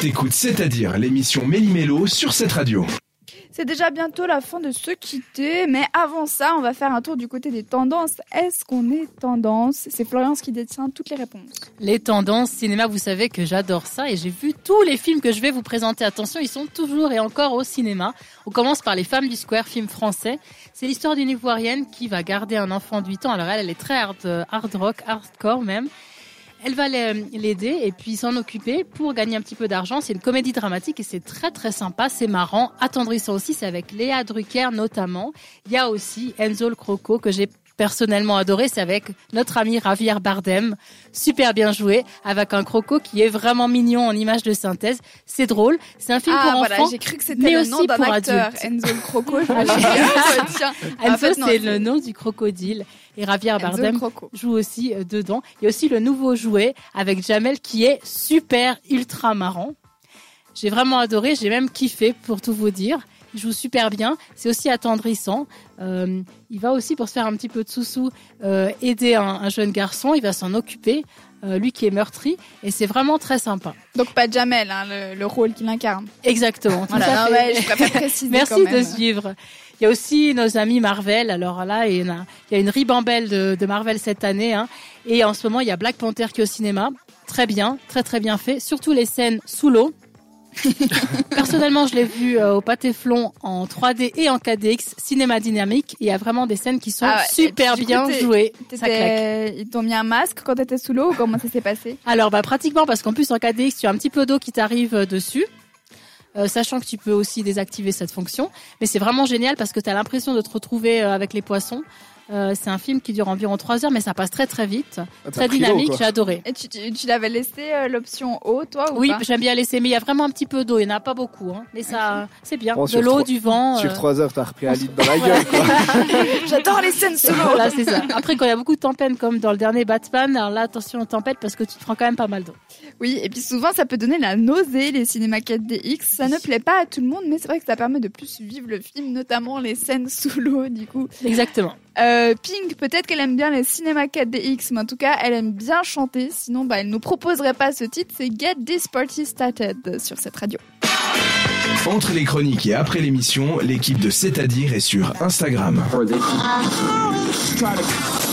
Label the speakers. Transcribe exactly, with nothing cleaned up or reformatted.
Speaker 1: T'écoutes C'est-à-dire l'émission Méli-Mélo sur cette radio.
Speaker 2: C'est déjà bientôt la fin de se quitter, mais avant ça, on va faire un tour du côté des tendances. Est-ce qu'on est tendance ? C'est Florence qui détient toutes les réponses.
Speaker 3: Les tendances cinéma, vous savez que j'adore ça et j'ai vu tous les films que je vais vous présenter. Attention, ils sont toujours et encore au cinéma. On commence par Les Femmes du Square, film français. C'est l'histoire d'une Ivoirienne qui va garder un enfant de huit ans. Alors elle, elle est très hard, hard rock, hardcore même. Elle va l'aider et puis s'en occuper pour gagner un petit peu d'argent. C'est une comédie dramatique et c'est très très sympa, c'est marrant, attendrissant aussi. C'est avec Léa Drucker notamment. Il y a aussi Enzo le Croco que j'ai personnellement adoré. C'est avec notre ami Javier Bardem, super bien joué, avec un croco qui est vraiment mignon en image de synthèse. C'est drôle. C'est un film
Speaker 2: ah,
Speaker 3: pour
Speaker 2: voilà,
Speaker 3: enfants,
Speaker 2: j'ai cru que c'était
Speaker 3: mais
Speaker 2: le
Speaker 3: aussi
Speaker 2: nom d'un
Speaker 3: pour
Speaker 2: acteur.
Speaker 3: adultes.
Speaker 2: Enzo le Croco. Je me suis dit, ah, tiens.
Speaker 3: Enzo,
Speaker 2: en fait, non,
Speaker 3: c'est le nom du crocodile. Et Javier Bardem joue aussi euh, dedans. Il y a aussi le nouveau jouet avec Jamel qui est super ultra marrant. J'ai vraiment adoré, j'ai même kiffé pour tout vous dire. Il joue super bien, c'est aussi attendrissant. Euh, il va aussi, pour se faire un petit peu de sous-sous, euh, aider un, un jeune garçon. Il va s'en occuper, euh, lui qui est meurtri, et c'est vraiment très sympa.
Speaker 2: Donc pas Jamel, hein, le, le rôle qu'il incarne.
Speaker 3: Exactement.
Speaker 2: Voilà, non, ouais, je préfère préciser.
Speaker 3: Merci
Speaker 2: quand même.
Speaker 3: de suivre. Il y a aussi nos amis Marvel. Alors là, il y a, il y a une ribambelle de, de Marvel cette année, hein. Et en ce moment, il y a Black Panther qui est au cinéma. Très bien, très très bien fait. Surtout les scènes sous l'eau. Personnellement, je l'ai vu euh, au Pathé-Flon en trois D et en quatre D X, cinéma dynamique. Il y a vraiment des scènes qui sont ah ouais, super puis, bien jouées. Ça claque.
Speaker 2: Ils t'ont mis un masque quand t'étais sous l'eau ou comment ça s'est passé ?
Speaker 3: Alors, bah, pratiquement, parce qu'en plus, en quatre D X, tu as un petit peu d'eau qui t'arrive dessus. Euh, sachant que tu peux aussi désactiver cette fonction. Mais c'est vraiment génial parce que tu as l'impression de te retrouver euh, avec les poissons. Euh, c'est un film qui dure environ trois heures, mais ça passe très très vite, ah, très dynamique, j'ai adoré.
Speaker 2: Et tu, tu, tu l'avais laissé euh, l'option eau, toi, ou
Speaker 3: oui,
Speaker 2: pas ?
Speaker 3: Oui, j'aime bien laisser, mais il y a vraiment un petit peu d'eau, il n'y en a pas beaucoup, hein. Mais ça, okay. C'est bien,
Speaker 4: bon,
Speaker 3: de l'eau,
Speaker 4: trois,
Speaker 3: du vent.
Speaker 4: Sur
Speaker 3: euh...
Speaker 4: trois heures, t'as repris un litre dans la gueule, quoi.
Speaker 2: J'adore les scènes sous l'eau.
Speaker 3: Voilà, c'est ça. Après, quand il y a beaucoup de tempêtes, comme dans le dernier Batman, alors là, attention aux tempêtes, parce que tu te prends quand même pas mal d'eau.
Speaker 2: Oui, et puis souvent, ça peut donner la nausée, les cinémas quatre D X. Ça ne plaît pas à tout le monde, mais c'est vrai que ça permet de plus vivre le film, notamment les scènes sous l'eau, du coup.
Speaker 3: Exactement.
Speaker 2: Euh, Pink, peut-être qu'elle aime bien les cinémas quatre D X, mais en tout cas, elle aime bien chanter. Sinon, bah, elle nous proposerait pas ce titre. C'est Get This Party Started sur cette radio.
Speaker 1: Entre les chroniques et après l'émission, l'équipe de C'est-à-dire est sur Instagram.